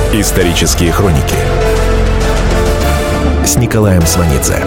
Исторические хроники с Николаем Сванидзе.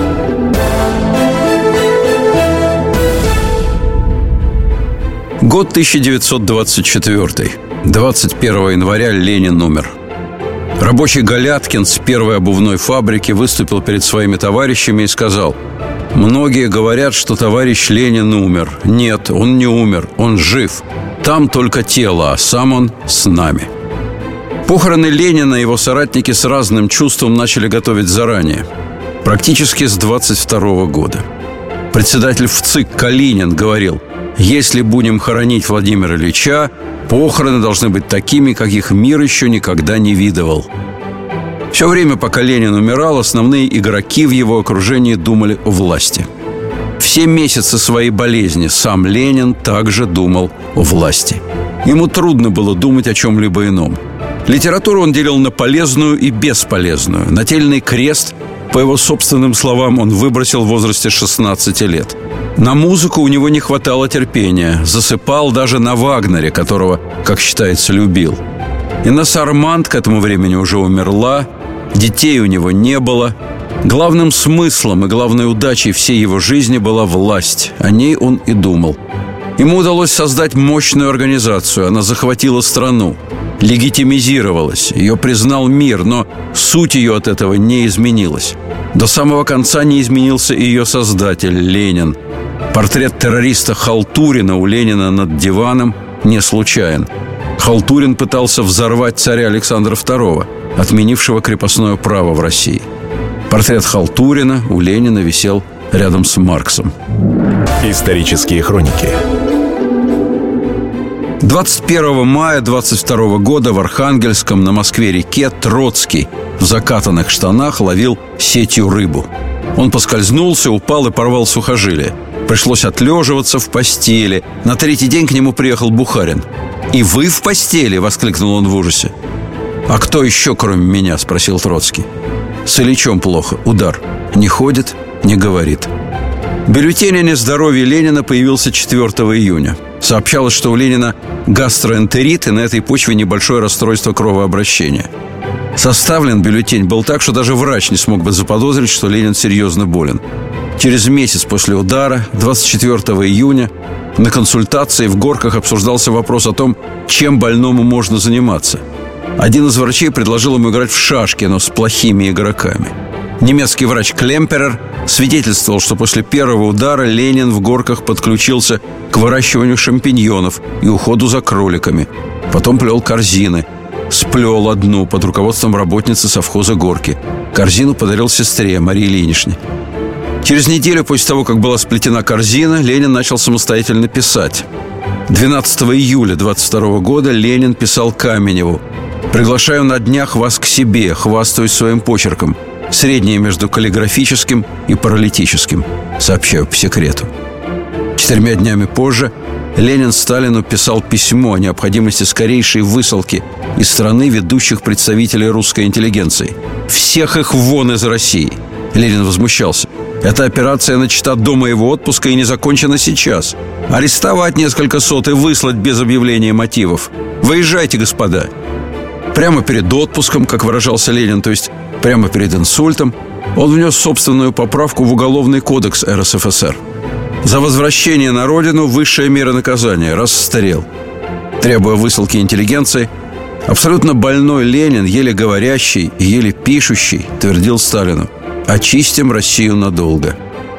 Год 1924. 21 января Ленин умер. Рабочий Галяткин с первой обувной фабрики выступил перед своими товарищами и сказал: «Многие говорят, что товарищ Ленин умер. Нет, он не умер, он жив. Там только тело, а сам он с нами». Похороны Ленина его соратники с разным чувством начали готовить заранее, практически с 22 года. Председатель ВЦИК Калинин говорил: «Если будем хоронить Владимира Ильича, похороны должны быть такими, каких мир еще никогда не видывал». Все время, пока Ленин умирал, основные игроки в его окружении думали о власти. Все месяцы своей болезни сам Ленин также думал о власти. Ему трудно было думать о чем-либо ином. Литературу он делил на полезную и бесполезную. Нательный крест, по его собственным словам, он выбросил в возрасте 16 лет. На музыку у него не хватало терпения. Засыпал даже на Вагнере, которого, как считается, любил. Инесса Арманд к этому времени уже умерла. Детей у него не было. Главным смыслом и главной удачей всей его жизни была власть. О ней он и думал. Ему удалось создать мощную организацию. Она захватила страну, легитимизировалась, ее признал мир, но суть ее от этого не изменилась. До самого конца не изменился и ее создатель Ленин. Портрет террориста Халтурина у Ленина над диваном не случайен. Халтурин пытался взорвать царя Александра II, отменившего крепостное право в России. Портрет Халтурина у Ленина висел рядом с Марксом. Исторические хроники. 21 мая 22 года в Архангельском на Москве-реке Троцкий в закатанных штанах ловил сетью рыбу. Он поскользнулся, упал и порвал сухожилие. Пришлось отлеживаться в постели. На третий день к нему приехал Бухарин. «И вы в постели?» — воскликнул он в ужасе. «А кто еще, кроме меня?» — спросил Троцкий. «С Ильичом плохо. Удар. Не ходит, не говорит». Бюллетень о нездоровье Ленина появился 4 июня. Сообщалось, что у Ленина гастроэнтерит, и на этой почве небольшое расстройство кровообращения. Составлен бюллетень был так, что даже врач не смог бы заподозрить, что Ленин серьезно болен. Через месяц после удара, 24 июня, на консультации в Горках обсуждался вопрос о том, чем больному можно заниматься. Один из врачей предложил ему играть в шашки, но с плохими игроками. Немецкий врач Клемперер свидетельствовал, что после первого удара Ленин в Горках подключился к выращиванию шампиньонов и уходу за кроликами. Потом плел корзины. Сплел одну под руководством работницы совхоза Горки. Корзину подарил сестре Марии Ильиничне. Через неделю после того, как была сплетена корзина, Ленин начал самостоятельно писать. 12 июля 22 года Ленин писал Каменеву: «Приглашаю на днях вас к себе, хвастаюсь своим почерком. Среднее между каллиграфическим и паралитическим. Сообщаю по секрету». 4 днями позже Ленин Сталину писал письмо о необходимости скорейшей высылки из страны ведущих представителей русской интеллигенции. «Всех их вон из России!» Ленин возмущался. «Эта операция начата до моего отпуска и не закончена сейчас. Арестовать несколько сот и выслать без объявления мотивов. Выезжайте, господа». Прямо перед отпуском, как выражался Ленин, то есть прямо перед инсультом, он внес собственную поправку в Уголовный кодекс РСФСР. За возвращение на родину высшая мера наказания – расстрел. Требуя высылки интеллигенции, абсолютно больной Ленин, еле говорящий и еле пишущий, твердил Сталину: «Очистим Россию надолго».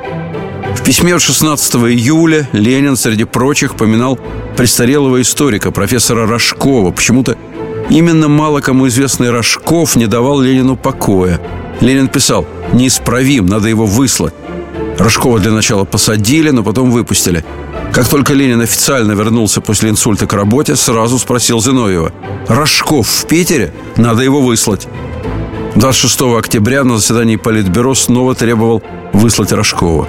В письме от 16 июля Ленин, среди прочих, поминал престарелого историка, профессора Рожкова. Почему-то именно мало кому известный Рожков не давал Ленину покоя. Ленин писал: «Неисправим, надо его выслать». Рожкова для начала посадили, но потом выпустили. Как только Ленин официально вернулся после инсульта к работе, сразу спросил Зиновьева: «Рожков в Питере? Надо его выслать». 26 октября на заседании Политбюро снова требовал выслать Рожкова.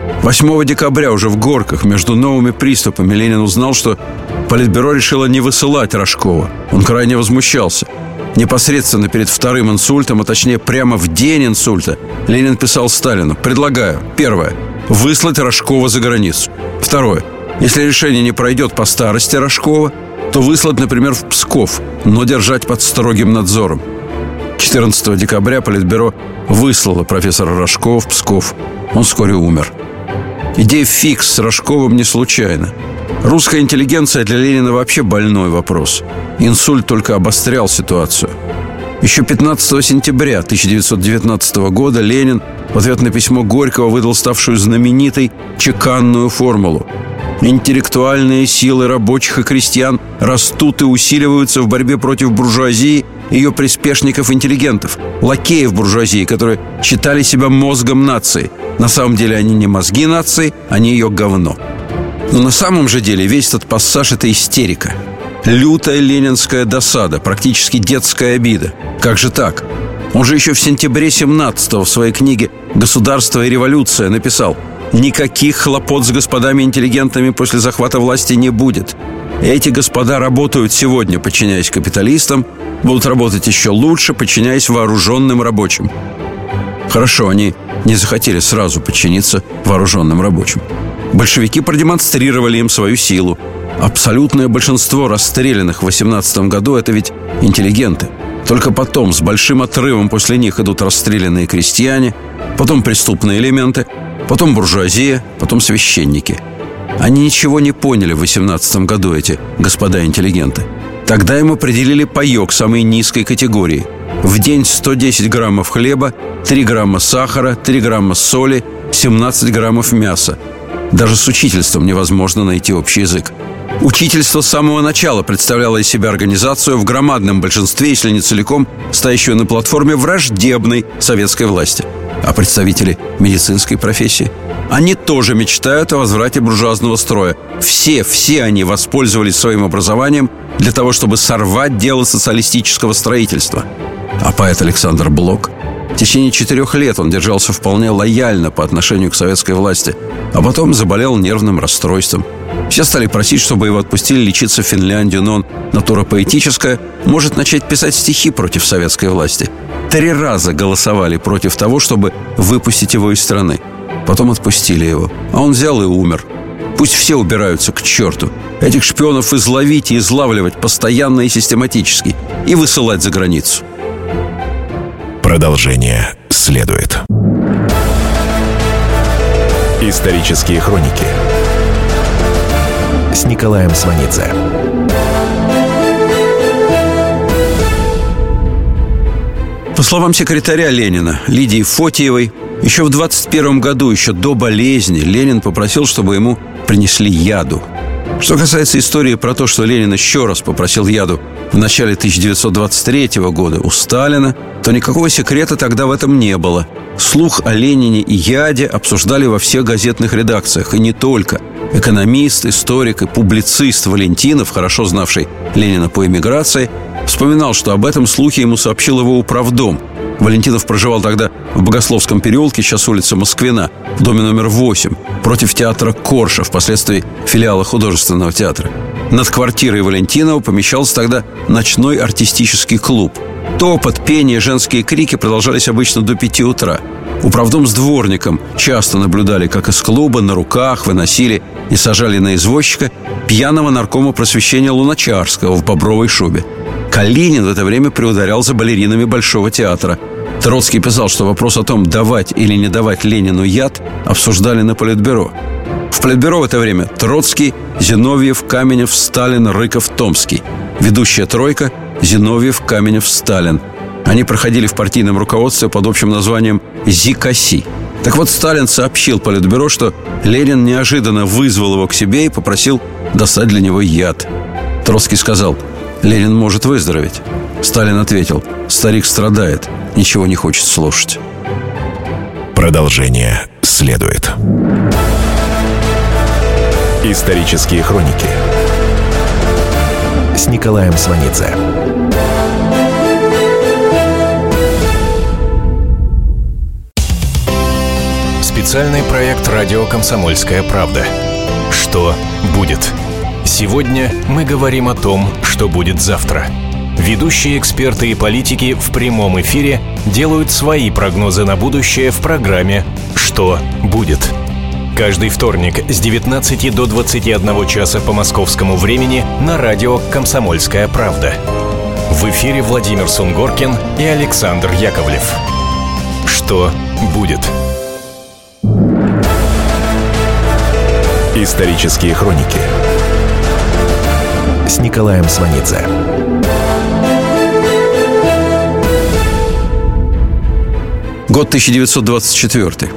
8 декабря уже в Горках между новыми приступами Ленин узнал, что Политбюро решило не высылать Рожкова. Он крайне возмущался. Непосредственно перед вторым инсультом, а точнее прямо в день инсульта, Ленин писал Сталину: «Предлагаю, первое, выслать Рожкова за границу. Второе, если решение не пройдет по старости Рожкова, то выслать, например, в Псков, но держать под строгим надзором. 14 декабря Политбюро выслало профессора Рожкова в Псков. Он вскоре умер. Идея фикс с Рожковым не случайна. Русская интеллигенция для Ленина вообще больной вопрос. Инсульт только обострял ситуацию. Еще 15 сентября 1919 года Ленин в ответ на письмо Горького выдал ставшую знаменитой чеканную формулу: «Интеллектуальные силы рабочих и крестьян растут и усиливаются в борьбе против буржуазии и ее приспешников-интеллигентов, лакеев буржуазии, которые считали себя мозгом нации. На самом деле они не мозги нации, они ее говно». Но на самом же деле весь этот пассаж – это истерика. Лютая ленинская досада, практически детская обида. Как же так? Он же еще в сентябре 17-го в своей книге «Государство и революция» написал: «Никаких хлопот с господами-интеллигентами после захвата власти не будет. Эти господа работают сегодня, подчиняясь капиталистам, будут работать еще лучше, подчиняясь вооруженным рабочим». Хорошо, они не захотели сразу подчиниться вооруженным рабочим. Большевики продемонстрировали им свою силу. Абсолютное большинство расстрелянных в 18 году – это ведь интеллигенты. Только потом, с большим отрывом после них, идут расстрелянные крестьяне, потом преступные элементы, потом буржуазия, потом священники. Они ничего не поняли в 18 году, эти господа-интеллигенты. Тогда им определили паёк самой низкой категории. В день 110 граммов хлеба, 3 грамма сахара, 3 грамма соли, 17 граммов мяса. Даже с учительством невозможно найти общий язык. Учительство с самого начала представляло из себя организацию в громадном большинстве, если не целиком, стоящую на платформе враждебной советской власти. А представители медицинской профессии? Они тоже мечтают о возврате буржуазного строя. Все они воспользовались своим образованием для того, чтобы сорвать дело социалистического строительства. А поэт Александр Блок? В течение 4 лет он держался вполне лояльно по отношению к советской власти, а потом заболел нервным расстройством. Все стали просить, чтобы его отпустили лечиться в Финляндию, но он, натура поэтическая, может начать писать стихи против советской власти. 3 раза голосовали против того, чтобы выпустить его из страны. Потом отпустили его, а он взял и умер. Пусть все убираются к черту. Этих шпионов изловить и излавливать постоянно и систематически, и высылать за границу. Продолжение следует. Исторические хроники с Николаем Сванидзе. По словам секретаря Ленина Лидии Фотиевой, еще в 21 году, еще до болезни, Ленин попросил, чтобы ему принесли яду. Что касается истории про то, что Ленин еще раз попросил яду в начале 1923 года у Сталина, то никакого секрета тогда в этом не было. Слух о Ленине и яде обсуждали во всех газетных редакциях, и не только. Экономист, историк и публицист Валентинов, хорошо знавший Ленина по эмиграции, вспоминал, что об этом слухе ему сообщил его управдом. Валентинов проживал тогда в Богословском переулке, сейчас улица Москвина, в доме номер 8, против театра Корша, впоследствии филиала художественного театра. Над квартирой Валентинова помещался тогда ночной артистический клуб. Топот, пение, женские крики продолжались обычно до 5 утра. Управдом с дворником часто наблюдали, как из клуба на руках выносили и сажали на извозчика пьяного наркома просвещения Луначарского в бобровой шубе. Калинин в это время приударял за балеринами Большого театра. Троцкий писал, что вопрос о том, давать или не давать Ленину яд, обсуждали на Политбюро. В Политбюро в это время Троцкий, Зиновьев, Каменев, Сталин, Рыков, Томский. Ведущая тройка – Зиновьев, Каменев, Сталин. Они проходили в партийном руководстве под общим названием «ЗИКАСИ». Так вот, Сталин сообщил Политбюро, что Ленин неожиданно вызвал его к себе и попросил достать для него яд. Троцкий сказал: «Ленин может выздороветь». Сталин ответил: «Старик страдает, ничего не хочет слушать». Продолжение следует. Исторические хроники с Николаем Сванидзе. Специальный проект «Радио Комсомольская правда». Что будет? Сегодня мы говорим о том, что будет завтра. Ведущие эксперты и политики в прямом эфире делают свои прогнозы на будущее в программе «Что будет?». Каждый вторник с 19 до 21 часа по московскому времени на радио «Комсомольская правда». В эфире Владимир Сунгоркин и Александр Яковлев. Что будет? Исторические хроники с Николаем Сванидзе. Год 1924.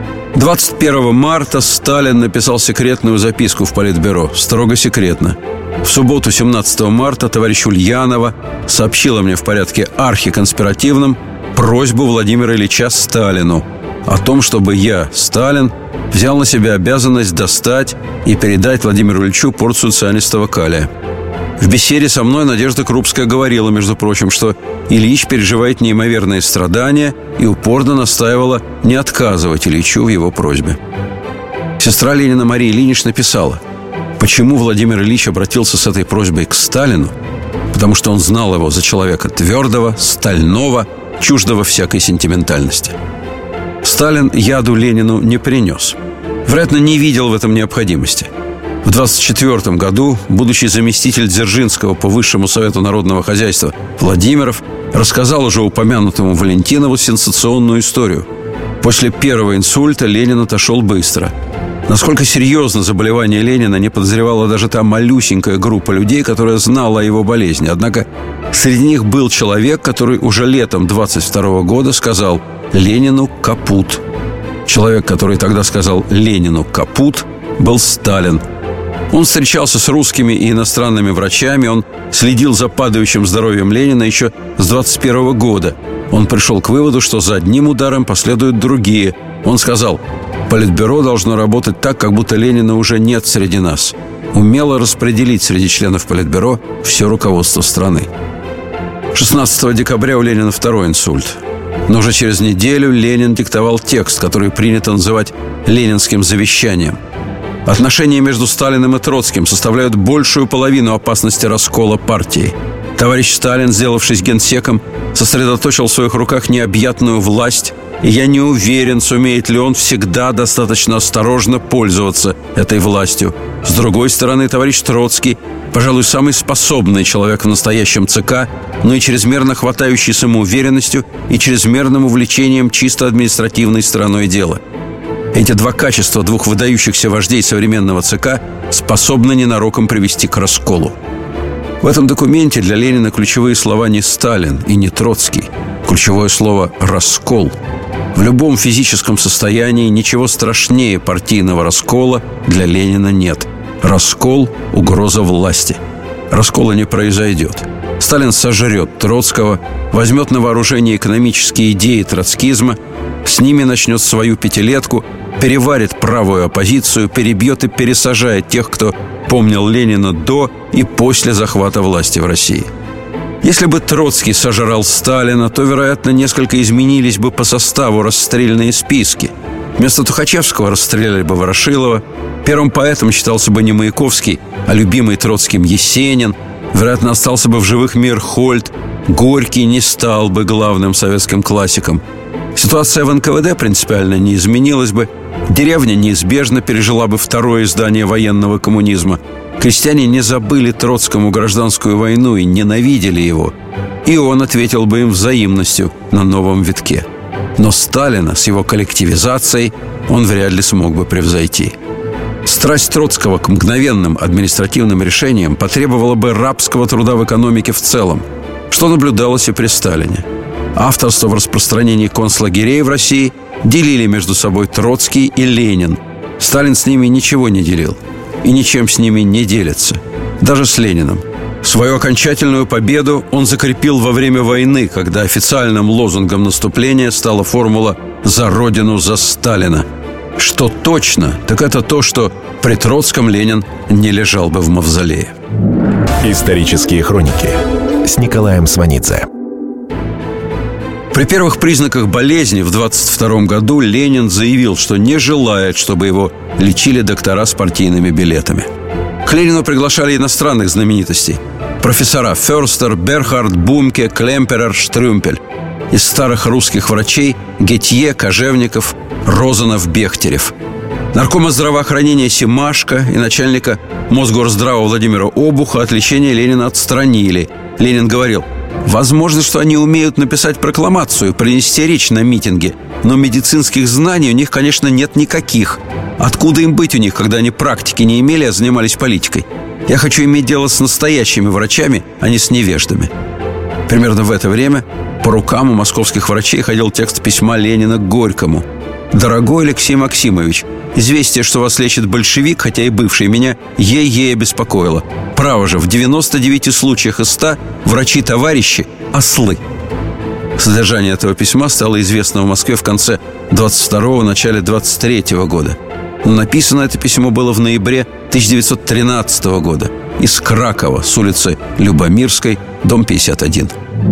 21 марта Сталин написал секретную записку в Политбюро. Строго секретно. В субботу, 17 марта, товарищ Ульянова сообщила мне в порядке архиконспиративном просьбу Владимира Ильича Сталину о том, чтобы я, Сталин, взял на себя обязанность достать и передать Владимиру Ильичу порцию цианистого калия. В беседе со мной Надежда Крупская говорила, между прочим, что Ильич переживает неимоверные страдания и упорно настаивала не отказывать Ильичу в его просьбе. Сестра Ленина Мария Ильинична писала: почему Владимир Ильич обратился с этой просьбой к Сталину? Потому что он знал его за человека твердого, стального, чуждого всякой сентиментальности. Сталин яду Ленину не принес. Вероятно, не видел в этом необходимости. В 1924 году будущий заместитель Дзержинского по Высшему Совету народного хозяйства Владимиров рассказал уже упомянутому Валентинову сенсационную историю. После первого инсульта Ленин отошел быстро. Насколько серьезно заболевание Ленина, не подозревала даже та малюсенькая группа людей, которая знала о его болезни. Однако среди них был человек, который уже летом 1922 года сказал Ленину «капут». Человек, который тогда сказал Ленину «капут», был Сталин. Он встречался с русскими и иностранными врачами, он следил за падающим здоровьем Ленина еще с 1921 года. Он пришел к выводу, что за одним ударом последуют другие. Он сказал: «Политбюро должно работать так, как будто Ленина уже нет среди нас. Умело распределить среди членов Политбюро все руководство страны». 16 декабря у Ленина второй инсульт. Но уже через неделю Ленин диктовал текст, который принято называть «ленинским завещанием». Отношения между Сталиным и Троцким составляют большую половину опасности раскола партии. Товарищ Сталин, сделавшись генсеком, сосредоточил в своих руках необъятную власть, и я не уверен, сумеет ли он всегда достаточно осторожно пользоваться этой властью. С другой стороны, товарищ Троцкий, пожалуй, самый способный человек в настоящем ЦК, но и чрезмерно хватающий самоуверенностью и чрезмерным увлечением чисто административной стороной дела. Эти два качества двух выдающихся вождей современного ЦК способны ненароком привести к расколу. В этом документе для Ленина ключевые слова не Сталин и не Троцкий. Ключевое слово «раскол». В любом физическом состоянии ничего страшнее партийного раскола для Ленина нет. Раскол – угроза власти. Раскола не произойдет. Сталин сожрет Троцкого, возьмет на вооружение экономические идеи троцкизма, с ними начнет свою пятилетку, переварит правую оппозицию, перебьет и пересажает тех, кто помнил Ленина до и после захвата власти в России. Если бы Троцкий сожрал Сталина, то, вероятно, несколько изменились бы по составу расстрельные списки. Вместо Тухачевского расстреляли бы Ворошилова, первым поэтом считался бы не Маяковский, а любимый Троцким Есенин, вероятно, остался бы в живых Мирхольд, Горький не стал бы главным советским классиком. Ситуация в НКВД принципиально не изменилась бы, деревня неизбежно пережила бы второе издание военного коммунизма. Крестьяне не забыли Троцкому гражданскую войну и ненавидели его. И он ответил бы им взаимностью на новом витке. Но Сталина с его коллективизацией он вряд ли смог бы превзойти. Страсть Троцкого к мгновенным административным решениям потребовала бы рабского труда в экономике в целом, что наблюдалось и при Сталине. Авторство в распространении концлагерей в России делили между собой Троцкий и Ленин. Сталин с ними ничего не делил и ничем с ними не делится, даже с Лениным. Свою окончательную победу он закрепил во время войны, когда официальным лозунгом наступления стала формула «За Родину, за Сталина». Что точно, так это то, что при Троцком Ленин не лежал бы в мавзолее. Исторические хроники с Николаем Сванидзе. При первых признаках болезни в 1922 году Ленин заявил, что не желает, чтобы его лечили доктора с партийными билетами. К Ленину приглашали иностранных знаменитостей. Профессора Фёрстер, Берхард, Бумке, Клемперер, Штрюмпель. Из старых русских врачей Гетье, Кожевников, Розанов, Бехтерев. Наркома здравоохранения Семашко и начальника Мосгорздрава Владимира Обуха от лечения Ленина отстранили. Ленин говорил: Возможно, что они умеют написать прокламацию, принести речь на митинге, но медицинских знаний у них, конечно, нет никаких. Откуда им быть у них, когда они практики не имели, а занимались политикой? Я хочу иметь дело с настоящими врачами, а не с невеждами». Примерно в это время по рукам у московских врачей ходил текст письма Ленина к Горькому. «Дорогой Алексей Максимович, известие, что вас лечит большевик, хотя и бывший, меня ей-ей обеспокоило. Право же, в 99 случаях из 100 врачи-товарищи – ослы». Содержание этого письма стало известно в Москве в конце 22-го, начале 23-го года. Но написано это письмо было в ноябре 1913 года из Кракова, с улицы Любомирской, дом 51.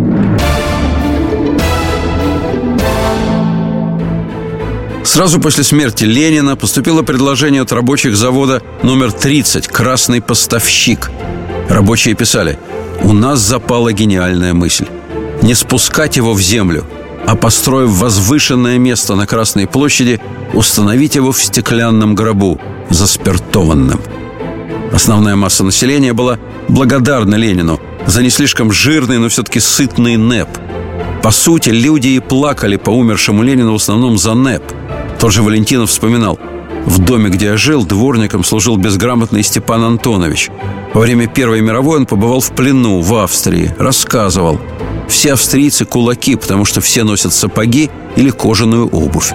Сразу после смерти Ленина поступило предложение от рабочих завода номер 30 «Красный поставщик». Рабочие писали: «У нас запала гениальная мысль. Не спускать его в землю, а, построив возвышенное место на Красной площади, установить его в стеклянном гробу, заспиртованном». Основная масса населения была благодарна Ленину за не слишком жирный, но все-таки сытный НЭП. По сути, люди и плакали по умершему Ленину в основном за НЭП. Тот же Валентинов вспоминал: «В доме, где я жил, дворником служил безграмотный Степан Антонович. Во время Первой мировой он побывал в плену в Австрии. Рассказывал: все австрийцы кулаки, потому что все носят сапоги или кожаную обувь».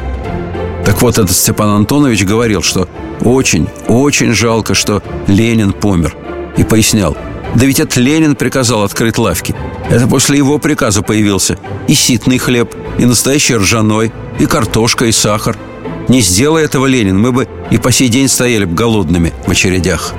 Так вот, этот Степан Антонович говорил, что очень, очень жалко, что Ленин помер. И пояснял: «Да ведь это Ленин приказал открыть лавки. Это после его приказа появился и ситный хлеб, и настоящий ржаной, и картошка, и сахар. Не сделай этого Ленин, мы бы и по сей день стояли бы голодными в очередях».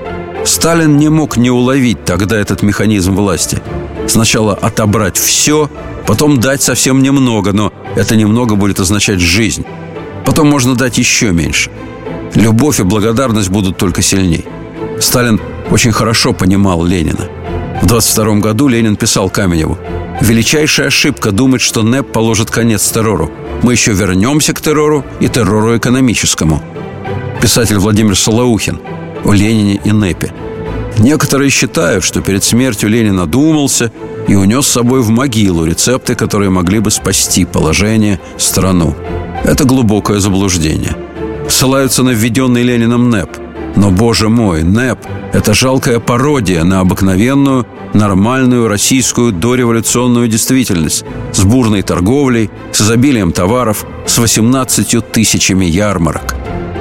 Сталин не мог не уловить тогда этот механизм власти. Сначала отобрать все, потом дать совсем немного, но это немного будет означать жизнь. Потом можно дать еще меньше. Любовь и благодарность будут только сильней. Сталин очень хорошо понимал Ленина. В 22 году Ленин писал Каменеву: «Величайшая ошибка думать, что НЭП положит конец террору. Мы еще вернемся к террору и террору экономическому». Писатель Владимир Солоухин о Ленине и НЭПе. Некоторые считают, что перед смертью Ленин одумался и унес с собой в могилу рецепты, которые могли бы спасти положение, страну. Это глубокое заблуждение. Ссылаются на введенный Лениным НЭП. Но, боже мой, НЭП – это жалкая пародия на обыкновенную, нормальную российскую дореволюционную действительность с бурной торговлей, с изобилием товаров, с 18 тысячами ярмарок.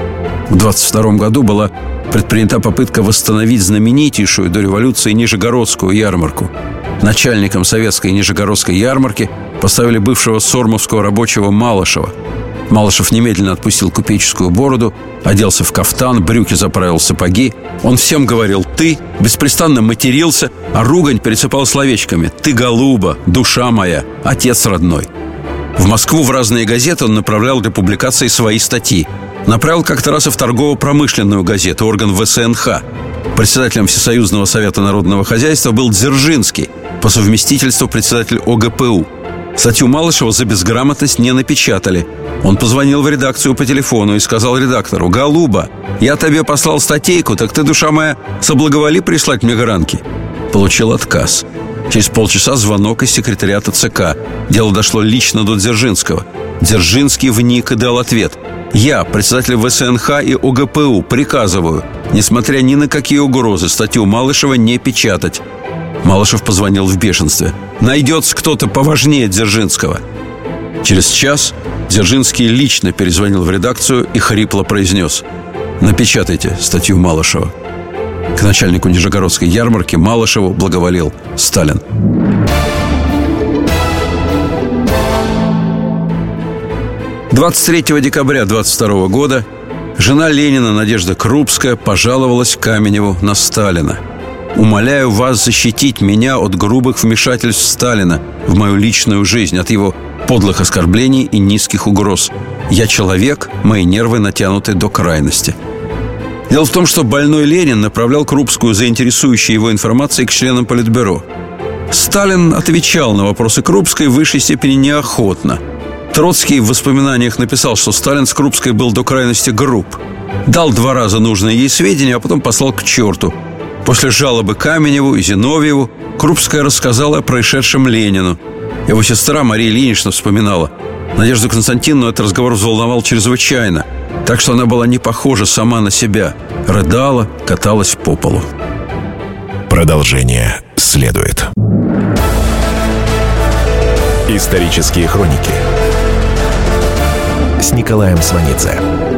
В 22 году была предпринята попытка восстановить знаменитейшую до революции Нижегородскую ярмарку. Начальником советской Нижегородской ярмарки поставили бывшего сормовского рабочего Малышева. Малышев немедленно отпустил купеческую бороду, оделся в кафтан, брюки заправил в сапоги. Он всем говорил «ты», беспрестанно матерился, а ругань пересыпал словечками: «ты голуба, душа моя, отец родной». В Москву в разные газеты он направлял для публикации свои статьи. Направил как-то раз и в торгово-промышленную газету, орган ВСНХ. Председателем Всесоюзного совета народного хозяйства был Дзержинский, по совместительству председатель ОГПУ. Статью Малышева за безграмотность не напечатали. Он позвонил в редакцию по телефону и сказал редактору: «Голуба, я тебе послал статейку, так ты, душа моя, соблаговоли прислать мне гранки». Получил отказ. Через полчаса звонок из секретариата ЦК. Дело дошло лично до Дзержинского. Дзержинский вник и дал ответ: «Я, председатель ВСНХ и ОГПУ, приказываю, несмотря ни на какие угрозы, статью Малышева не печатать». Малышев позвонил в бешенстве: «Найдется кто-то поважнее Дзержинского». Через час Дзержинский лично перезвонил в редакцию и хрипло произнес: «Напечатайте статью Малышева». К начальнику Нижегородской ярмарки Малышеву благоволил Сталин. – 23 декабря 22 года жена Ленина Надежда Крупская пожаловалась Каменеву на Сталина: «Умоляю вас защитить меня от грубых вмешательств Сталина в мою личную жизнь, от его подлых оскорблений и низких угроз. Я человек, мои нервы натянуты до крайности». Дело в том, что больной Ленин направлял Крупскую за интересующей его информацией к членам Политбюро. Сталин отвечал на вопросы Крупской в высшей степени неохотно. Троцкий в воспоминаниях написал, что Сталин с Крупской был до крайности груб. Дал 2 раза нужные ей сведения, а потом послал к черту. После жалобы Каменеву и Зиновьеву Крупская рассказала о происшедшем Ленину. Его сестра Мария Ильинична вспоминала: Надежду Константиновну этот разговор взволновал чрезвычайно, так что она была не похожа сама на себя. Рыдала, каталась по полу. Продолжение следует. Исторические хроники с Николаем Сванидзе.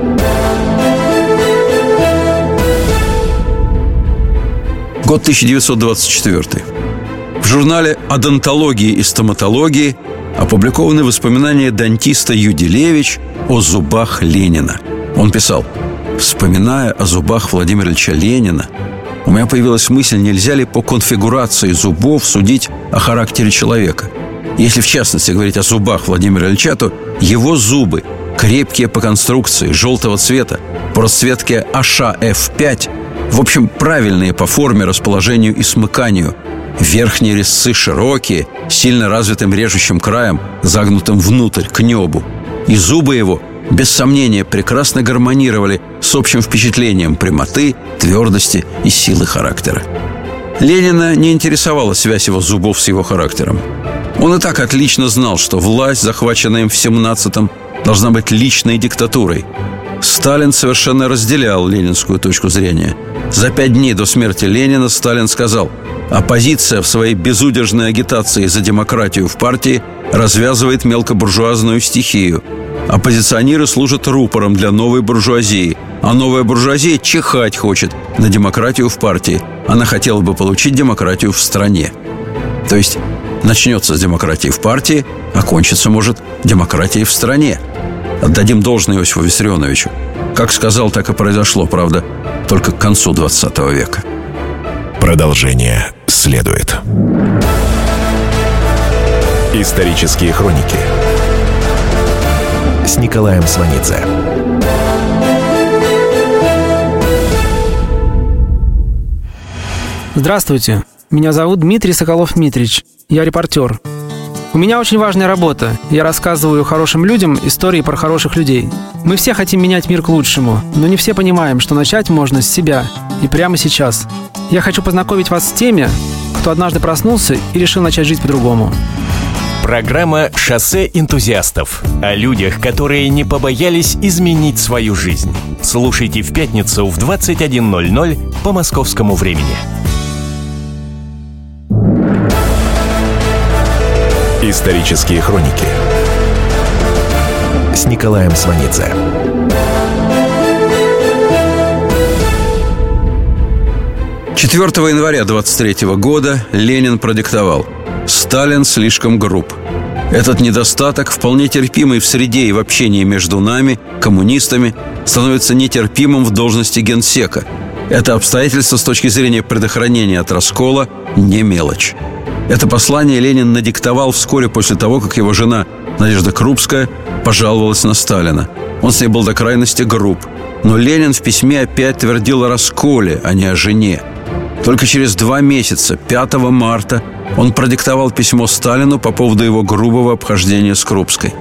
Год 1924. В журнале «Одонтологии и стоматологии» опубликованы воспоминания дантиста Юделевич о зубах Ленина. Он писал: «Вспоминая о зубах Владимира Ильича Ленина, у меня появилась мысль, нельзя ли по конфигурации зубов судить о характере человека. Если в частности говорить о зубах Владимира Ильича, то его зубы, крепкие по конструкции, желтого цвета, по расцветке АШ-F5, в общем, правильные по форме, расположению и смыканию. Верхние резцы широкие, сильно развитым режущим краем, загнутым внутрь, к небу. И зубы его, без сомнения, прекрасно гармонировали с общим впечатлением прямоты, твердости и силы характера». Ленина не интересовала связь его зубов с его характером. Он и так отлично знал, что власть, захваченная им в 17-м, должна быть личной диктатурой. Сталин совершенно разделял ленинскую точку зрения. За 5 дней до смерти Ленина Сталин сказал: «Оппозиция в своей безудержной агитации за демократию в партии развязывает мелкобуржуазную стихию. Оппозиционеры служат рупором для новой буржуазии, а новая буржуазия чихать хочет на демократию в партии. Она хотела бы получить демократию в стране». То есть начнется с демократии в партии, а кончится, может, демократией в стране. Отдадим должное Иосифу Виссарионовичу. Как сказал, так и произошло, правда, только к концу 20 века. Продолжение следует. Исторические хроники с Николаем Сванидзе. Здравствуйте, меня зовут Дмитрий Соколов-Митрич, я репортер. У меня очень важная работа. Я рассказываю хорошим людям истории про хороших людей. Мы все хотим менять мир к лучшему, но не все понимаем, что начать можно с себя и прямо сейчас. Я хочу познакомить вас с теми, кто однажды проснулся и решил начать жить по-другому. Программа «Шоссе энтузиастов» о людях, которые не побоялись изменить свою жизнь. Слушайте в пятницу в 21:00 по московскому времени. Исторические хроники с Николаем Сванидзе. «4 января 23 года Ленин продиктовал: «Сталин слишком груб. Этот недостаток, вполне терпимый в среде и в общении между нами, коммунистами, становится нетерпимым в должности генсека. Это обстоятельство с точки зрения предохранения от раскола не мелочь». Это послание Ленин надиктовал вскоре после того, как его жена Надежда Крупская пожаловалась на Сталина. Он с ней был до крайности груб. Но Ленин в письме опять твердил о расколе, а не о жене. Только через 2 месяца, 5 марта, он продиктовал письмо Сталину по поводу его грубого обхождения с Крупской.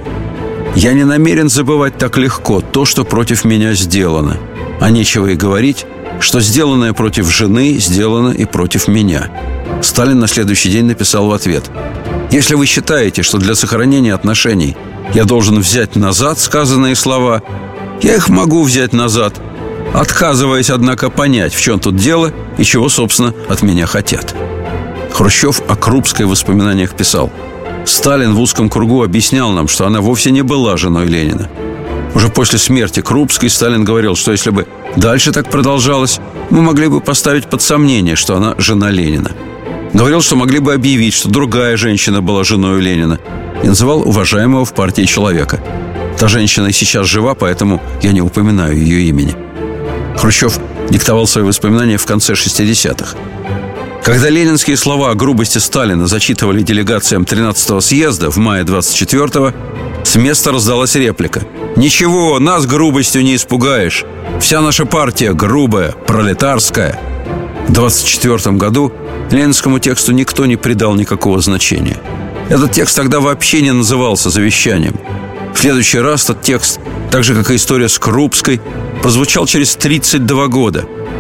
«Я не намерен забывать так легко то, что против меня сделано. А нечего и говорить, что сделанное против жены сделано и против меня». Сталин на следующий день написал в ответ: «Если вы считаете, что для сохранения отношений я должен взять назад сказанные слова, я их могу взять назад, отказываясь, однако, понять, в чем тут дело и чего, собственно, от меня хотят». Хрущев о Крупской в воспоминаниях писал: «Сталин в узком кругу объяснял нам, что она вовсе не была женой Ленина. Уже после смерти Крупской Сталин говорил, что если бы дальше так продолжалось, мы могли бы поставить под сомнение, что она жена Ленина. Говорил, что могли бы объявить, что другая женщина была женой Ленина, и называл уважаемого в партии человека. Та женщина и сейчас жива, поэтому я не упоминаю ее имени». Хрущев диктовал свои воспоминания в конце 60-х. Когда ленинские слова о грубости Сталина зачитывали делегациям 13-го съезда в мае 24-го, с места раздалась реплика: «Ничего, нас грубостью не испугаешь. Вся наша партия грубая, пролетарская». В 24 году ленинскому тексту никто не придал никакого значения. Этот текст тогда вообще не назывался завещанием. В следующий раз этот текст, так же, как и история с Крупской, прозвучал через 32 года.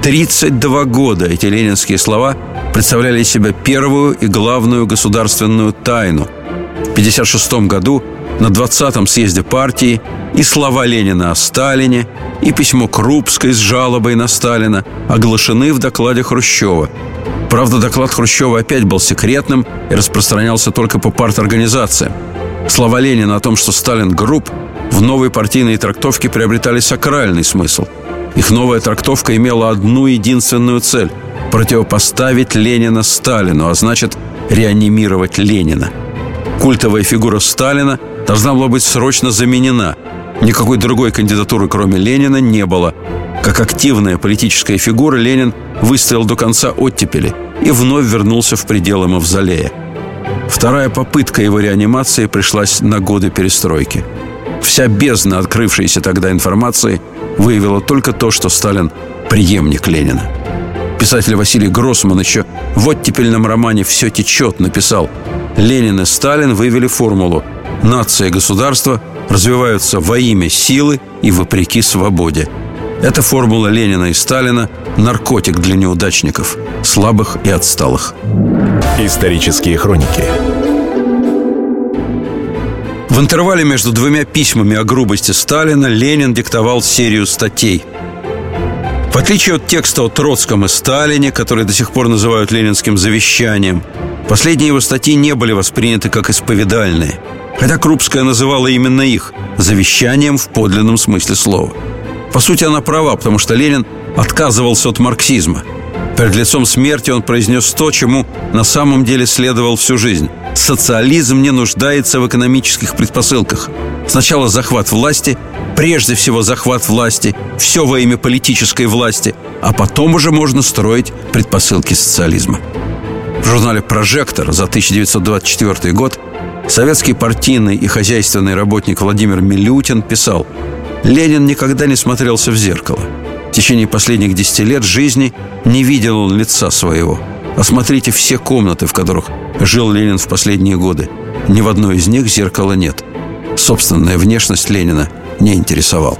32 года эти ленинские слова представляли из себя первую и главную государственную тайну. В 1956 году на 20-м съезде партии и слова Ленина о Сталине, и письмо Крупской с жалобой на Сталина оглашены в докладе Хрущева. Правда, доклад Хрущева опять был секретным и распространялся только по парторганизациям. Слова Ленина о том, что Сталин груб, в новой партийной трактовке приобретали сакральный смысл. Их новая трактовка имела одну единственную цель – противопоставить Ленина Сталину, а значит, реанимировать Ленина. Культовая фигура Сталина должна была быть срочно заменена. Никакой другой кандидатуры, кроме Ленина, не было. Как активная политическая фигура, Ленин выстоял до конца оттепели и вновь вернулся в пределы Мавзолея. Вторая попытка его реанимации пришлась на годы перестройки. Вся бездна открывшейся тогда информации выявила только то, что Сталин – преемник Ленина. Писатель Василий Гроссман еще в оттепельном романе «Все течет» написал: «Ленин и Сталин вывели формулу: нация и государство развиваются во имя силы и вопреки свободе. Эта формула Ленина и Сталина – наркотик для неудачников, слабых и отсталых». Исторические хроники. В интервале между двумя письмами о грубости Сталина Ленин диктовал серию статей. В отличие от текста о Троцком и Сталине, который до сих пор называют ленинским завещанием, последние его статьи не были восприняты как исповедальные, хотя Крупская называла именно их завещанием в подлинном смысле слова. По сути, она права, потому что Ленин отказывался от марксизма. Перед лицом смерти он произнес то, чему на самом деле следовал всю жизнь. Социализм не нуждается в экономических предпосылках. Сначала захват власти, прежде всего захват власти, все во имя политической власти, а потом уже можно строить предпосылки социализма. В журнале «Прожектор» за 1924 год советский партийный и хозяйственный работник Владимир Милютин писал: «Ленин никогда не смотрелся в зеркало. В течение последних 10 лет жизни не видел он лица своего. Осмотрите все комнаты, в которых жил Ленин в последние годы. Ни в одной из них зеркала нет. Собственная внешность Ленина не интересовал».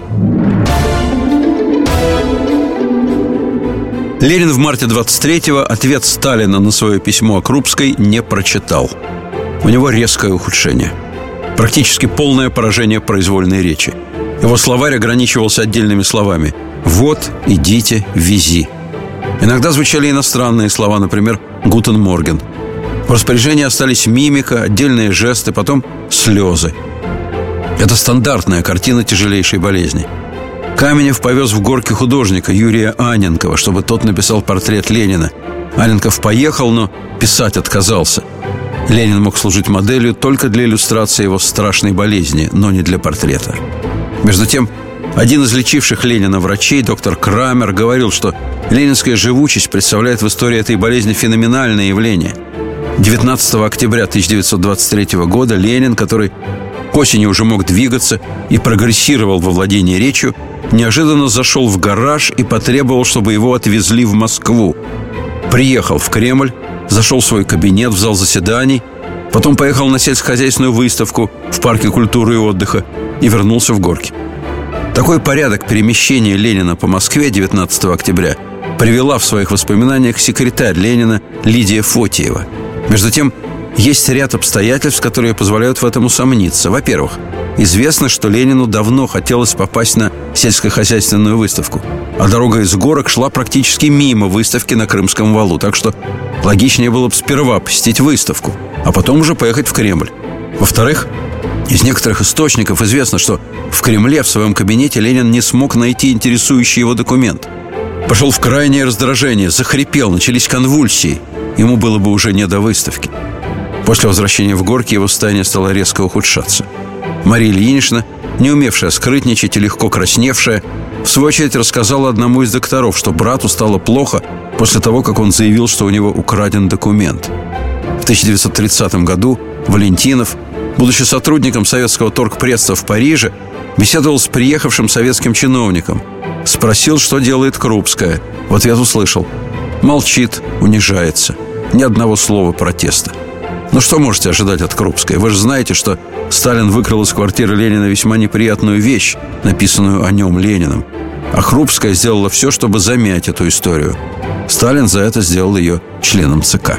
Ленин в марте 23-го ответ Сталина на свое письмо о Крупской не прочитал. У него резкое ухудшение. Практически полное поражение произвольной речи. Его словарь ограничивался отдельными словами: «Вот, идите, вези». Иногда звучали иностранные слова, например, «Гутен Морген». В распоряжении остались мимика, отдельные жесты, потом слезы. Это стандартная картина тяжелейшей болезни. Каменев повез в Горки художника Юрия Анненкова, чтобы тот написал портрет Ленина. Анненков поехал, но писать отказался. Ленин мог служить моделью только для иллюстрации его страшной болезни, но не для портрета. Между тем, один из лечивших Ленина врачей, доктор Крамер, говорил, что ленинская живучесть представляет в истории этой болезни феноменальное явление. 19 октября 1923 года Ленин, который к осени уже мог двигаться и прогрессировал во владении речью, неожиданно зашел в гараж и потребовал, чтобы его отвезли в Москву. Приехал в Кремль, зашел в свой кабинет в зал заседаний, потом поехал на сельскохозяйственную выставку в Парке культуры и отдыха и вернулся в Горки. Такой порядок перемещения Ленина по Москве 19 октября привела в своих воспоминаниях секретарь Ленина Лидия Фотиева. Между тем, есть ряд обстоятельств, которые позволяют в этом усомниться. Во-первых, известно, что Ленину давно хотелось попасть на сельскохозяйственную выставку, а дорога из Горок шла практически мимо выставки на Крымском валу, так что логичнее было бы сперва посетить выставку, а потом уже поехать в Кремль. Во-вторых, из некоторых источников известно, что в Кремле в своем кабинете Ленин не смог найти интересующий его документ. Пошел в крайнее раздражение, захрипел, начались конвульсии. Ему было бы уже не до выставки. После возвращения в Горки его состояние стало резко ухудшаться. Мария Ильинична, не умевшая скрытничать и легко красневшая, в свою очередь рассказала одному из докторов, что брату стало плохо после того, как он заявил, что у него украден документ. В 1930 году Валентинов, будучи сотрудником советского торгпредства в Париже, беседовал с приехавшим советским чиновником. Спросил, что делает Крупская. В ответ услышал: молчит, унижается. Ни одного слова протеста. Но что можете ожидать от Крупской? Вы же знаете, что Сталин выкрал из квартиры Ленина весьма неприятную вещь, написанную о нем Лениным. А Крупская сделала все, чтобы замять эту историю. Сталин за это сделал ее членом ЦК.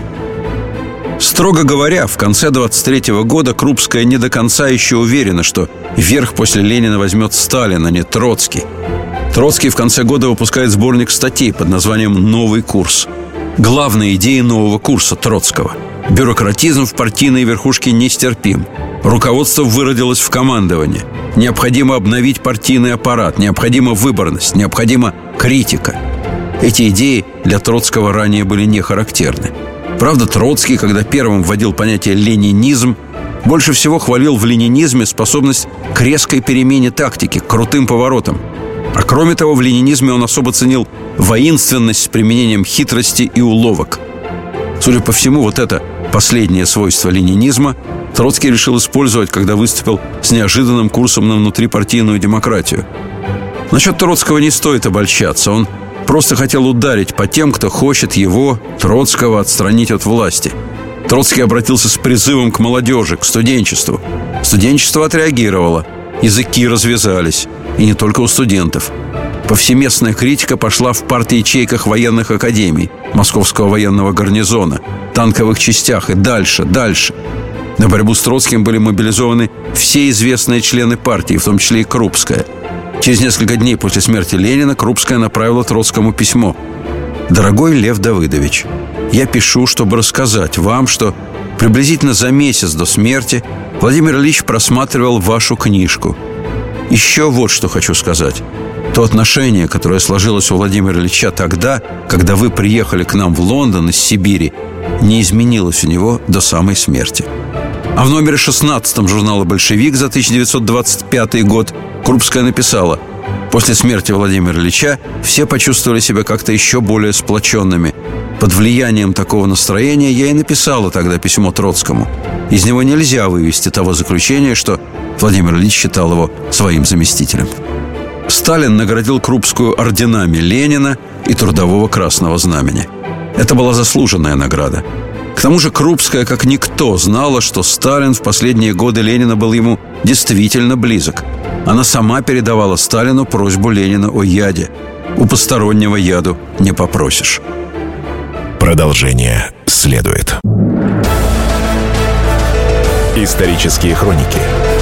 Строго говоря, в конце 23-го года Крупская не до конца еще уверена, что верх после Ленина возьмет Сталин, а не Троцкий. Троцкий в конце года выпускает сборник статей под названием «Новый курс». Главная идея нового курса Троцкого. Бюрократизм в партийной верхушке нестерпим. Руководство выродилось в командование. Необходимо обновить партийный аппарат, необходима выборность, необходима критика. Эти идеи для Троцкого ранее были не характерны. Правда, Троцкий, когда первым вводил понятие «ленинизм», больше всего хвалил в ленинизме способность к резкой перемене тактики, к крутым поворотам. А кроме того, в ленинизме он особо ценил воинственность с применением хитрости и уловок. Судя по всему, вот это последнее свойство ленинизма Троцкий решил использовать, когда выступил с неожиданным курсом на внутрипартийную демократию. Насчет Троцкого не стоит обольщаться. Он просто хотел ударить по тем, кто хочет его, Троцкого, отстранить от власти. Троцкий обратился с призывом к молодежи, к студенчеству. Студенчество отреагировало. Языки развязались. И не только у студентов. Повсеместная критика пошла в парт-ячейках военных академий, Московского военного гарнизона, танковых частях и дальше. На борьбу с Троцким были мобилизованы все известные члены партии, в том числе и Крупская. Через несколько дней после смерти Ленина Крупская направила Троцкому письмо. «Дорогой Лев Давыдович, я пишу, чтобы рассказать вам, что приблизительно за месяц до смерти Владимир Ильич просматривал вашу книжку. Еще вот что хочу сказать. То отношение, которое сложилось у Владимира Ильича тогда, когда вы приехали к нам в Лондон из Сибири, не изменилось у него до самой смерти». А в номере 16 журнала «Большевик» за 1925 год Крупская написала: «После смерти Владимира Ильича все почувствовали себя как-то еще более сплоченными. Под влиянием такого настроения я и написала тогда письмо Троцкому. Из него нельзя вывести того заключения, что Владимир Ильич считал его своим заместителем». Сталин наградил Крупскую орденами Ленина и Трудового Красного Знамени. Это была заслуженная награда. К тому же Крупская, как никто, знала, что Сталин в последние годы Ленина был ему действительно близок. Она сама передавала Сталину просьбу Ленина о яде. У постороннего яду не попросишь. Продолжение следует. Исторические хроники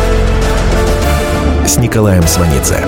С Николаем Сванидзе.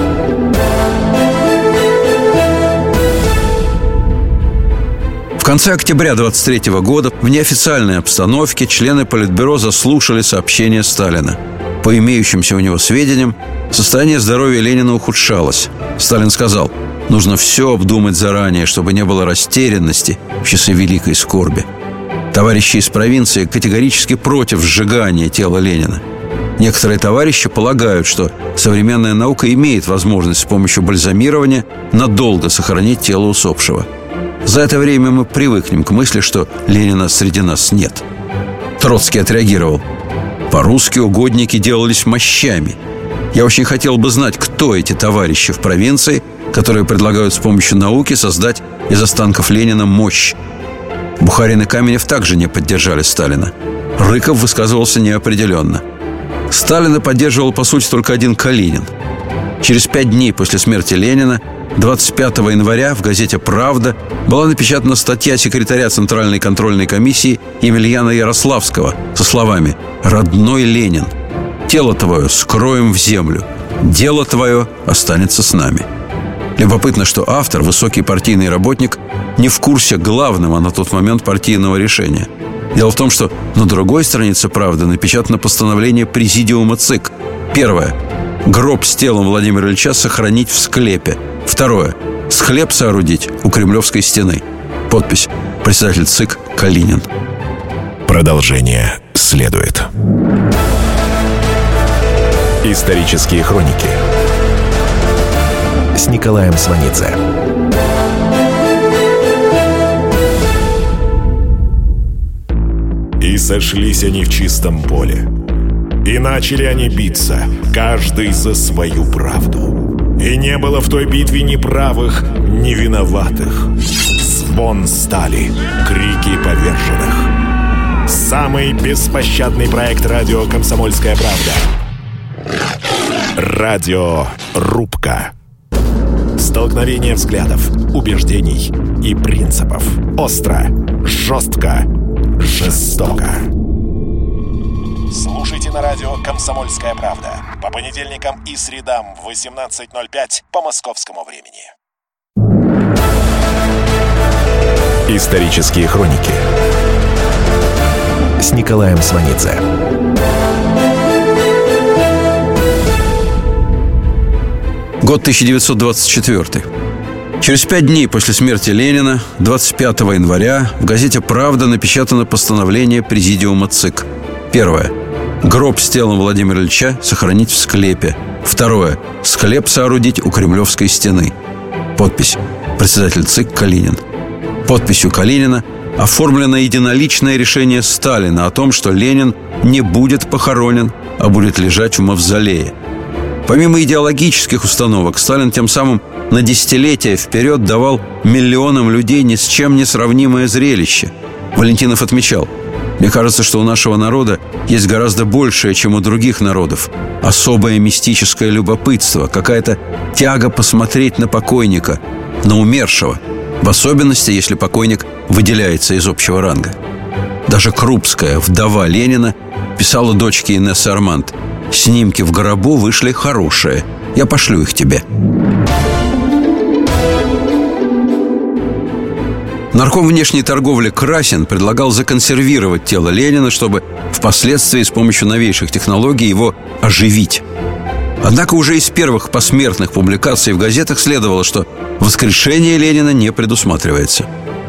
В конце октября 23 года в неофициальной обстановке члены Политбюро заслушали сообщение Сталина. По имеющимся у него сведениям, состояние здоровья Ленина ухудшалось. Сталин сказал: «Нужно все обдумать заранее, чтобы не было растерянности в часы великой скорби». Товарищи из провинции категорически против сжигания тела Ленина. Некоторые товарищи полагают, что современная наука имеет возможность с помощью бальзамирования надолго сохранить тело усопшего. За это время мы привыкнем к мысли, что Ленина среди нас нет. Троцкий отреагировал: «По-русски угодники делались мощами. Я очень хотел бы знать, кто эти товарищи в провинции, которые предлагают с помощью науки создать из останков Ленина мощь». Бухарин и Каменев также не поддержали Сталина. Рыков высказывался неопределенно. Сталина поддерживал, по сути, только один Калинин. Через 5 дней после смерти Ленина, 25 января, в газете «Правда» была напечатана статья секретаря Центральной контрольной комиссии Емельяна Ярославского со словами: «Родной Ленин, тело твое скроем в землю, дело твое останется с нами». Любопытно, что автор, высокий партийный работник, не в курсе главного на тот момент партийного решения. Дело в том, что на другой странице «Правды» напечатано постановление Президиума ЦИК. Первое: гроб с телом Владимира Ильича сохранить в склепе. Второе: склеп соорудить у Кремлевской стены. Подпись: председатель ЦИК Калинин. Продолжение следует. Исторические хроники С Николаем Сванидзе. И сошлись они в чистом поле. И начали они биться, каждый за свою правду. И не было в той битве ни правых, ни виноватых. Звон стали, крики поверженных. Самый беспощадный проект радио «Комсомольская правда». Радиорубка. Столкновение взглядов, убеждений и принципов. Остро, жестко, жестоко. Слушайте на радио «Комсомольская правда» по понедельникам и средам в 18:05 по московскому времени. Исторические хроники с Николаем Сванидзе. Год 1924. Через 5 дней после смерти Ленина, 25 января, в газете «Правда» напечатано постановление Президиума ЦИК. Первое. Гроб с телом Владимира Ильича сохранить в склепе. Второе. Склеп соорудить у Кремлевской стены. Подпись. Председатель ЦИК Калинин. Подписью Калинина оформлено единоличное решение Сталина о том, что Ленин не будет похоронен, а будет лежать в мавзолее. Помимо идеологических установок, Сталин тем самым на десятилетия вперед давал миллионам людей ни с чем не сравнимое зрелище. Валентинов отмечал: «Мне кажется, что у нашего народа есть гораздо большее, чем у других народов. Особое мистическое любопытство, какая-то тяга посмотреть на покойника, на умершего, в особенности, если покойник выделяется из общего ранга». Даже Крупская, вдова Ленина, писала дочке Инессе Арманд: «Снимки в гробу вышли хорошие. Я пошлю их тебе». Нарком внешней торговли Красин предлагал законсервировать тело Ленина, чтобы впоследствии с помощью новейших технологий его оживить. Однако уже из первых посмертных публикаций в газетах следовало, что воскрешение Ленина не предусматривается.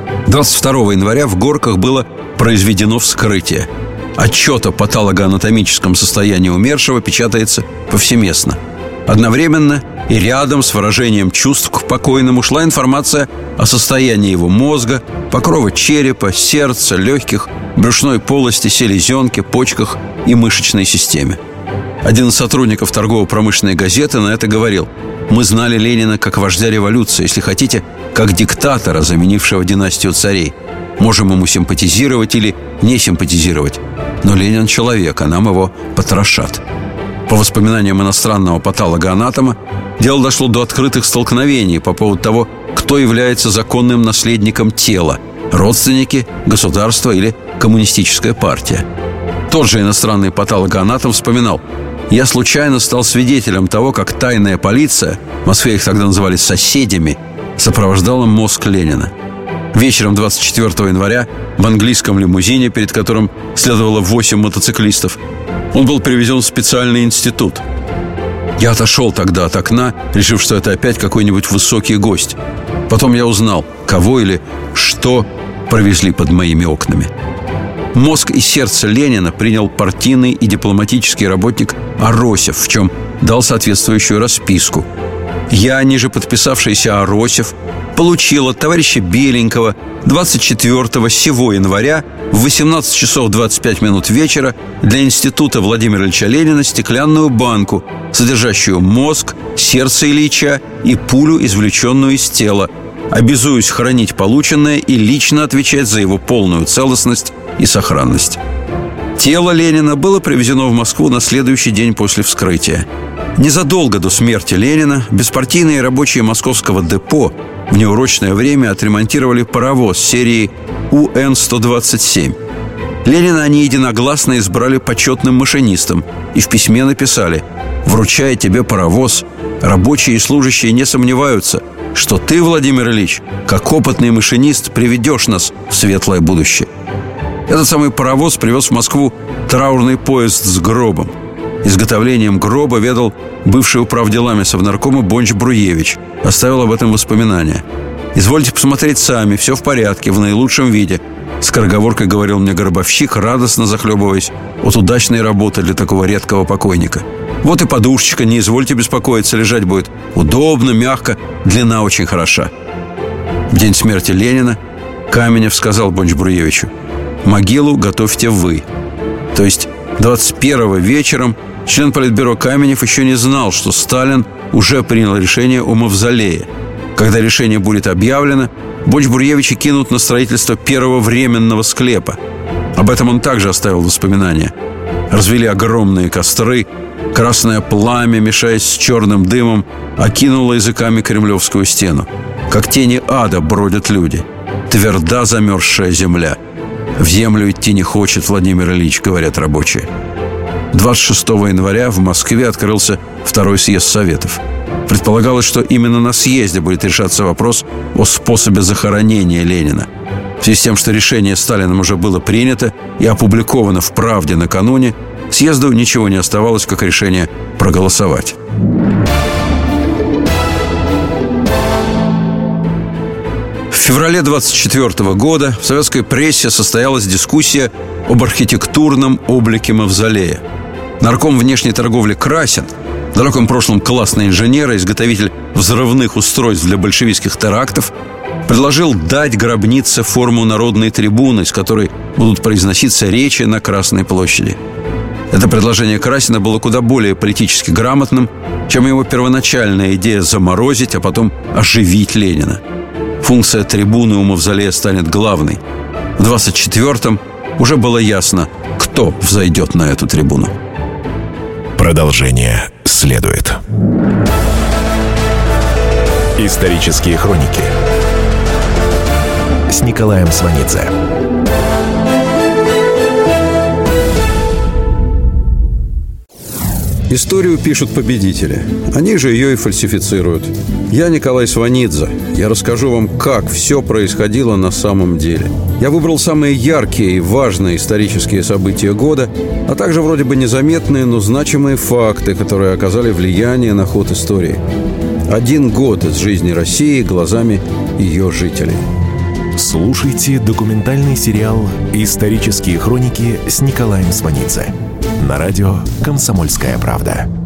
22 января в Горках было произведено вскрытие. Отчет о патологоанатомическом состоянии умершего печатается повсеместно. Одновременно и рядом с выражением чувств к покойному шла информация о состоянии его мозга, покрова черепа, сердца, легких, брюшной полости, селезенки, почках и мышечной системе. Один из сотрудников торгово-промышленной газеты на это говорил: «Мы знали Ленина как вождя революции, если хотите, как диктатора, заменившего династию царей. Можем ему симпатизировать или не симпатизировать, но Ленин человек, а нам его потрошат». По воспоминаниям иностранного патологоанатома, дело дошло до открытых столкновений по поводу того, кто является законным наследником тела – родственники, государство или коммунистическая партия. Тот же иностранный патологоанатом вспоминал: «Я случайно стал свидетелем того, как тайная полиция, в Москве их тогда называли соседями, сопровождала мозг Ленина. Вечером 24 января в английском лимузине, перед которым следовало 8 мотоциклистов, он был привезен в специальный институт. Я отошел тогда от окна, решив, что это опять какой-нибудь высокий гость. Потом я узнал, кого или что провезли под моими окнами». Мозг и сердце Ленина принял партийный и дипломатический работник Аросев, в чем дал соответствующую расписку. Я, ниже подписавшийся Аросев, получил от товарища Беленького 24 сего января в 18 часов 25 минут вечера для Института Владимира Ильича Ленина стеклянную банку, содержащую мозг, сердце Ильича и пулю, извлеченную из тела. Обязуюсь хранить полученное и лично отвечать за его полную целостность и сохранность. Тело Ленина было привезено в Москву на следующий день после вскрытия. Незадолго до смерти Ленина беспартийные рабочие московского депо в неурочное время отремонтировали паровоз серии УН-127. Ленина они единогласно избрали почетным машинистом и в письме написали: «Вручая тебе паровоз, рабочие и служащие не сомневаются, что ты, Владимир Ильич, как опытный машинист, приведешь нас в светлое будущее». Этот самый паровоз привез в Москву траурный поезд с гробом. Изготовлением гроба ведал бывший управделами Совнаркома Бонч-Бруевич. Оставил об этом воспоминания. «Извольте посмотреть сами, все в порядке, в наилучшем виде», — скороговоркой говорил мне гробовщик, радостно захлебываясь от удачной работы для такого редкого покойника. «Вот и подушечка, не извольте беспокоиться, лежать будет удобно, мягко, длина очень хороша». В день смерти Ленина Каменев сказал Бонч-Бруевичу: «Могилу готовьте вы». То есть 21-го вечером член Политбюро Каменев еще не знал, что Сталин уже принял решение о мавзолее. Когда решение будет объявлено, Бонч-Бруевича кинут на строительство первого временного склепа. Об этом он также оставил воспоминания. Развели огромные костры, Красное пламя, мешаясь с черным дымом, окинуло языками Кремлевскую стену. Как тени ада бродят люди. Тверда замерзшая земля. В землю идти не хочет Владимир Ильич, говорят рабочие. 26 января в Москве открылся второй съезд Советов. Предполагалось, что именно на съезде будет решаться вопрос о способе захоронения Ленина. В связи с тем, что решение Сталиным уже было принято и опубликовано в «Правде» накануне, съезду ничего не оставалось, как решение проголосовать. В феврале 1924 года в советской прессе состоялась дискуссия об архитектурном облике мавзолея. Нарком внешней торговли Красин, в далеком прошлом классный инженер и изготовитель взрывных устройств для большевистских терактов, предложил дать гробнице форму народной трибуны, из которой будут произноситься речи на Красной площади. Это предложение Красина было куда более политически грамотным, чем его первоначальная идея заморозить, а потом оживить Ленина. Функция трибуны у мавзолея станет главной. В 24-м уже было ясно, кто взойдет на эту трибуну. Продолжение следует. Исторические хроники С Николаем Сванидзе. Историю пишут победители. Они же ее и фальсифицируют. Я Николай Сванидзе. Я расскажу вам, как все происходило на самом деле. Я выбрал самые яркие и важные исторические события года, а также вроде бы незаметные, но значимые факты, которые оказали влияние на ход истории. 1 год из жизни России глазами ее жителей. Слушайте документальный сериал «Исторические хроники» с Николаем Сванидзе на радио «Комсомольская правда».